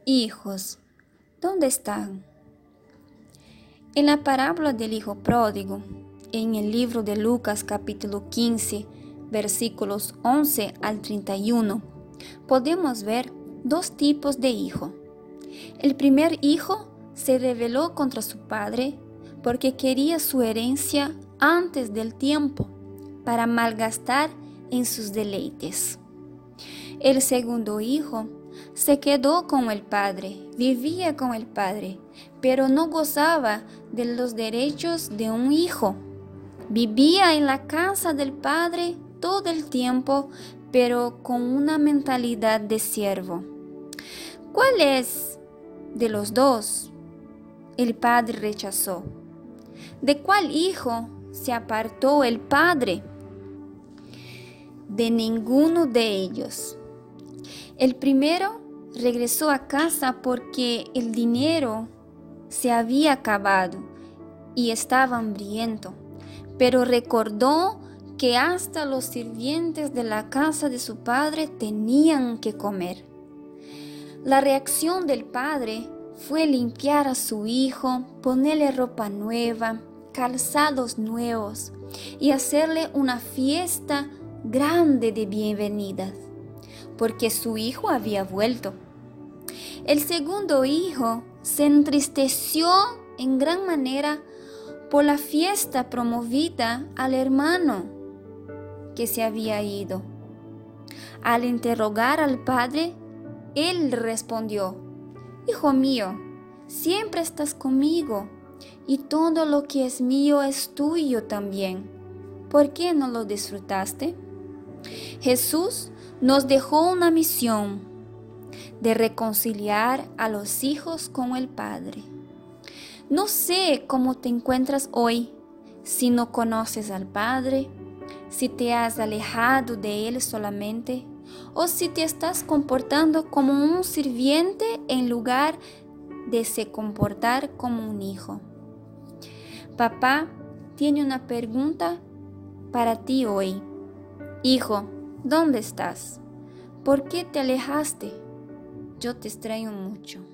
Hijos, ¿dónde están? En la parábola del hijo pródigo, en el libro de Lucas capítulo 15, versículos 11 al 31, podemos ver dos tipos de hijo. El primer hijo se rebeló contra su padre porque quería su herencia antes del tiempo para malgastar en sus deleites. El segundo hijo se quedó con el padre, vivía con el padre, pero no gozaba de los derechos de un hijo. Vivía en la casa del padre todo el tiempo, pero con una mentalidad de siervo. ¿Cuál es de los dos el padre rechazó? ¿De cuál hijo se apartó el padre? De ninguno de ellos. El primero regresó a casa porque el dinero se había acabado y estaba hambriento, pero recordó que hasta los sirvientes de la casa de su padre tenían que comer. La reacción del padre fue limpiar a su hijo, ponerle ropa nueva, calzados nuevos y hacerle una fiesta grande de bienvenida, porque su hijo había vuelto. El segundo hijo se entristeció en gran manera por la fiesta promovida al hermano que se había ido. Al interrogar al padre, él respondió: «Hijo mío, siempre estás conmigo y todo lo que es mío es tuyo también. ¿Por qué no lo disfrutaste?». Jesús nos dejó una misión de reconciliar a los hijos con el Padre. No sé cómo te encuentras hoy, si no conoces al Padre, si te has alejado de Él solamente, o si te estás comportando como un sirviente en lugar de se comportar como un hijo. Papá tiene una pregunta para ti hoy. Hijo, ¿dónde estás? ¿Por qué te alejaste? Yo te extraño mucho.